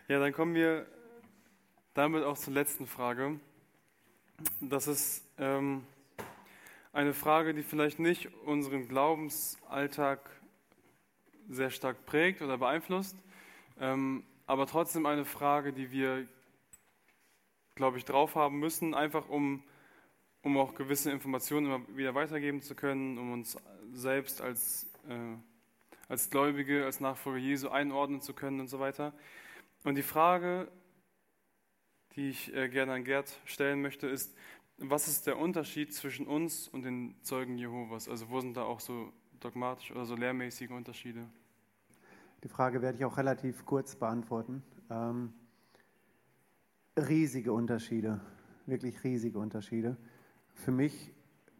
Ja, dann kommen wir damit auch zur letzten Frage. Das ist eine Frage, die vielleicht nicht unseren Glaubensalltag sehr stark prägt oder beeinflusst, aber trotzdem eine Frage, die wir, glaube ich, drauf haben müssen, einfach um auch gewisse Informationen immer wieder weitergeben zu können, um uns selbst als Gläubige, als Nachfolger Jesu einordnen zu können und so weiter. Und die Frage, die ich gerne an Gerd stellen möchte, ist, was ist der Unterschied zwischen uns und den Zeugen Jehovas? Also wo sind da auch so dogmatisch oder so lehrmäßige Unterschiede? Die Frage werde ich auch relativ kurz beantworten. Riesige Unterschiede, wirklich riesige Unterschiede. Für mich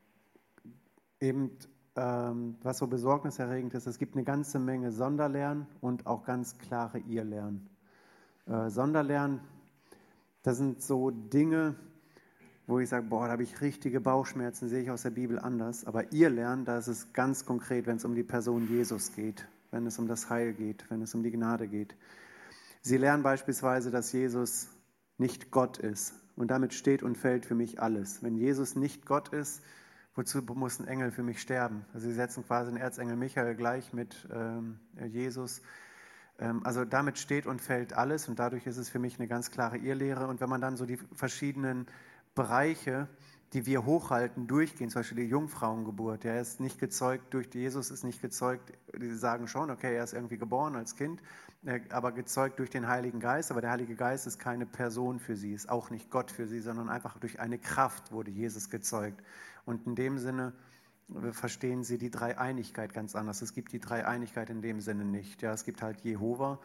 eben, was so besorgniserregend ist, es gibt eine ganze Menge Sonderlernen und auch ganz klare Irrlernen. Sonderlernen, das sind so Dinge, wo ich sage, boah, da habe ich richtige Bauchschmerzen, sehe ich aus der Bibel anders. Aber Irrlernen, da ist es ganz konkret, wenn es um die Person Jesus geht, wenn es um das Heil geht, wenn es um die Gnade geht. Sie lernen beispielsweise, dass Jesus nicht Gott ist. Und damit steht und fällt für mich alles. Wenn Jesus nicht Gott ist, wozu muss ein Engel für mich sterben? Also sie setzen quasi den Erzengel Michael gleich mit Jesus. Also damit steht und fällt alles und dadurch ist es für mich eine ganz klare Irrlehre. Und wenn man dann so die verschiedenen Bereiche, die wir hochhalten, durchgehen, zum Beispiel die Jungfrauengeburt, er ist nicht gezeugt, durch Jesus ist nicht gezeugt, die sagen schon, okay, er ist irgendwie geboren als Kind, aber gezeugt durch den Heiligen Geist, aber der Heilige Geist ist keine Person für sie, ist auch nicht Gott für sie, sondern einfach durch eine Kraft wurde Jesus gezeugt. Und in dem Sinne verstehen sie die Dreieinigkeit ganz anders. Es gibt die Dreieinigkeit in dem Sinne nicht. Ja, es gibt halt Jehova,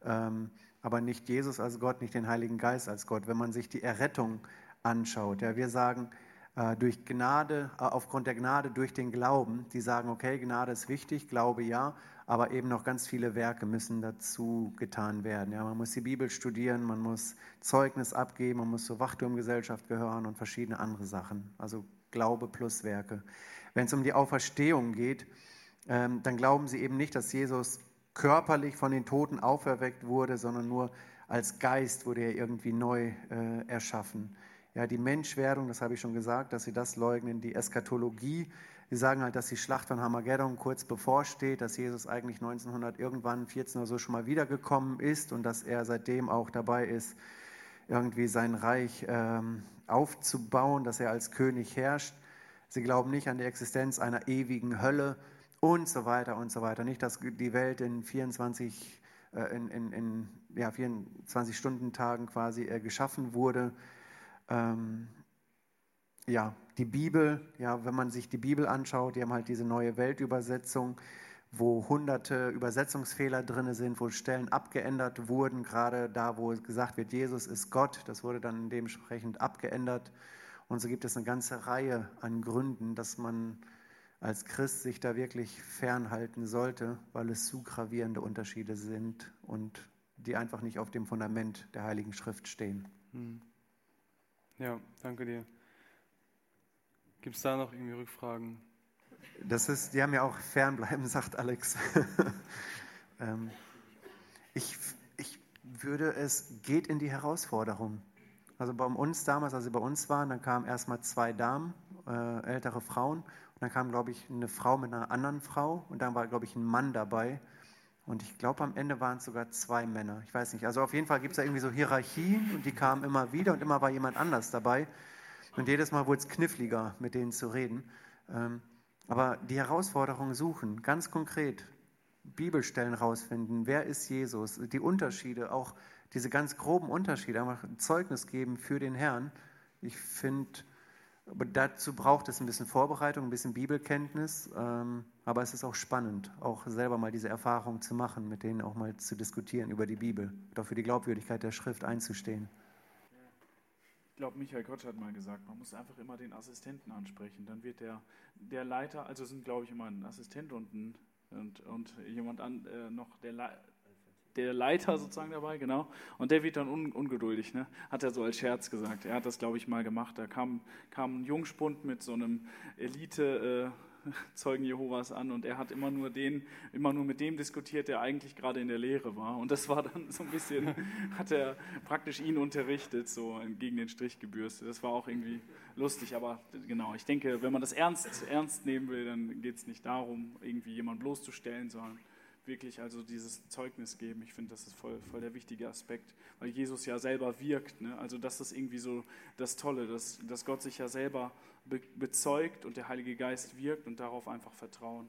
aber nicht Jesus als Gott, nicht den Heiligen Geist als Gott. Wenn man sich die Errettung anschaut, ja, wir sagen, durch Gnade, aufgrund der Gnade, durch den Glauben, die sagen, okay, Gnade ist wichtig, Glaube ja, aber eben noch ganz viele Werke müssen dazu getan werden. Ja, man muss die Bibel studieren, man muss Zeugnis abgeben, man muss zur Wachturmgesellschaft gehören und verschiedene andere Sachen. Also Glaube plus Werke. Wenn es um die Auferstehung geht, dann glauben sie eben nicht, dass Jesus körperlich von den Toten auferweckt wurde, sondern nur als Geist wurde er irgendwie neu erschaffen. Ja, die Menschwerdung, das habe ich schon gesagt, dass sie das leugnen, die Eschatologie. Sie sagen halt, dass die Schlacht von Armageddon kurz bevorsteht, dass Jesus eigentlich 1900 irgendwann, 14 oder so schon mal wiedergekommen ist und dass er seitdem auch dabei ist, irgendwie sein Reich aufzubauen, dass er als König herrscht. Sie glauben nicht an die Existenz einer ewigen Hölle und so weiter und so weiter. Nicht, dass die Welt in 24 Stundentagen quasi geschaffen wurde. Die Bibel, ja, wenn man sich die Bibel anschaut, die haben halt diese neue Weltübersetzung, wo hunderte Übersetzungsfehler drin sind, wo Stellen abgeändert wurden, gerade da, wo gesagt wird, Jesus ist Gott, das wurde dann dementsprechend abgeändert. Und so gibt es eine ganze Reihe an Gründen, dass man als Christ sich da wirklich fernhalten sollte, weil es zu gravierende Unterschiede sind und die einfach nicht auf dem Fundament der Heiligen Schrift stehen. Ja, danke dir. Gibt es da noch irgendwie Rückfragen? Die haben ja auch fernbleiben, sagt Alex. Ich würde geht in die Herausforderung. Also bei uns damals, als sie bei uns waren, dann kamen erstmal 2 Damen, ältere Frauen. Und dann kam, glaube ich, eine Frau mit einer anderen Frau. Und dann war, glaube ich, ein Mann dabei. Und ich glaube, am Ende waren es sogar 2 Männer. Ich weiß nicht. Also auf jeden Fall gibt es da irgendwie so Hierarchien. Und die kamen immer wieder und immer war jemand anders dabei. Und jedes Mal wurde es kniffliger, mit denen zu reden. Aber die Herausforderungen suchen, ganz konkret, Bibelstellen rausfinden, wer ist Jesus, die Unterschiede, auch diese ganz groben Unterschiede, einfach ein Zeugnis geben für den Herrn. Ich finde, aber dazu braucht es ein bisschen Vorbereitung, ein bisschen Bibelkenntnis, aber es ist auch spannend, auch selber mal diese Erfahrung zu machen, mit denen auch mal zu diskutieren über die Bibel und auch für die Glaubwürdigkeit der Schrift einzustehen. Ich glaube, Michael Kotsch hat mal gesagt, man muss einfach immer den Assistenten ansprechen. Dann wird der Leiter, also sind, glaube ich, immer ein Assistent und jemand noch der Leiter sozusagen dabei, genau. Und der wird dann ungeduldig, ne? Hat er so als Scherz gesagt. Er hat das, glaube ich, mal gemacht. Da kam ein Jungspund mit so einem Zeugen Jehovas an und er hat immer nur mit dem diskutiert, der eigentlich gerade in der Lehre war. Und das war dann so ein bisschen, hat er praktisch ihn unterrichtet, so gegen den Strich gebürstet. Das war auch irgendwie lustig, aber genau, ich denke, wenn man das ernst nehmen will, dann geht es nicht darum, irgendwie jemanden bloßzustellen, sondern wirklich also dieses Zeugnis geben. Ich finde, das ist voll der wichtige Aspekt, weil Jesus ja selber wirkt. Ne? Also das ist irgendwie so das Tolle, dass Gott sich ja selber bezeugt und der Heilige Geist wirkt und darauf einfach vertrauen.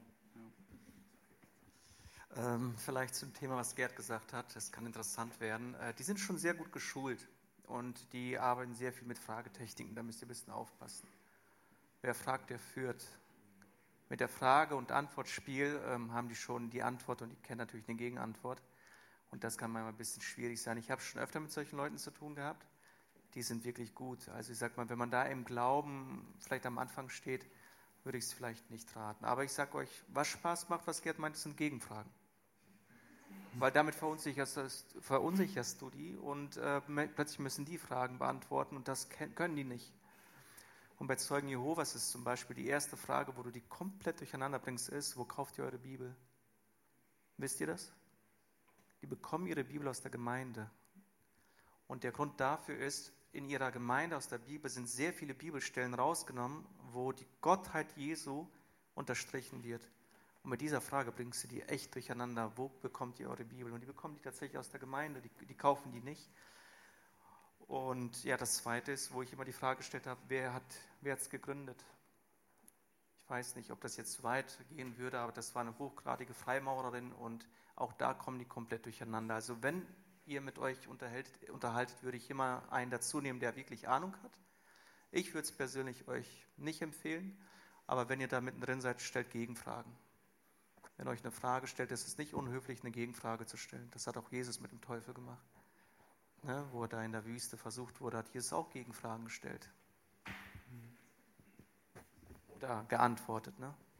Ja. Vielleicht zum Thema, was Gerd gesagt hat, das kann interessant werden. Die sind schon sehr gut geschult und die arbeiten sehr viel mit Fragetechniken, da müsst ihr ein bisschen aufpassen. Wer fragt, der führt. Mit der Frage- und Antwortspiel haben die schon die Antwort und die kennen natürlich eine Gegenantwort. Und das kann manchmal ein bisschen schwierig sein. Ich habe schon öfter mit solchen Leuten zu tun gehabt. Die sind wirklich gut. Also ich sage mal, wenn man da im Glauben vielleicht am Anfang steht, würde ich es vielleicht nicht raten. Aber ich sage euch, was Spaß macht, was Gerd meint, sind Gegenfragen. Weil damit verunsicherst du die und plötzlich müssen die Fragen beantworten und das können die nicht. Und bei Zeugen Jehovas ist zum Beispiel die erste Frage, wo du die komplett durcheinander bringst, ist, wo kauft ihr eure Bibel? Wisst ihr das? Die bekommen ihre Bibel aus der Gemeinde. Und der Grund dafür ist, in ihrer Gemeinde aus der Bibel sind sehr viele Bibelstellen rausgenommen, wo die Gottheit Jesu unterstrichen wird. Und mit dieser Frage bringst du die echt durcheinander. Wo bekommt ihr eure Bibel? Und die bekommen die tatsächlich aus der Gemeinde, die kaufen die nicht. Und ja, das Zweite ist, wo ich immer die Frage gestellt habe, wer hat es gegründet? Ich weiß nicht, ob das jetzt zu weit gehen würde, aber das war eine hochgradige Freimaurerin und auch da kommen die komplett durcheinander. Also wenn ihr mit euch unterhaltet, würde ich immer einen dazu nehmen, der wirklich Ahnung hat. Ich würde es persönlich euch nicht empfehlen, aber wenn ihr da mittendrin seid, stellt Gegenfragen. Wenn euch eine Frage stellt, ist es nicht unhöflich, eine Gegenfrage zu stellen. Das hat auch Jesus mit dem Teufel gemacht. Ne, wo er da in der Wüste versucht wurde, hat Jesus auch Gegenfragen gestellt. Da geantwortet. Ne?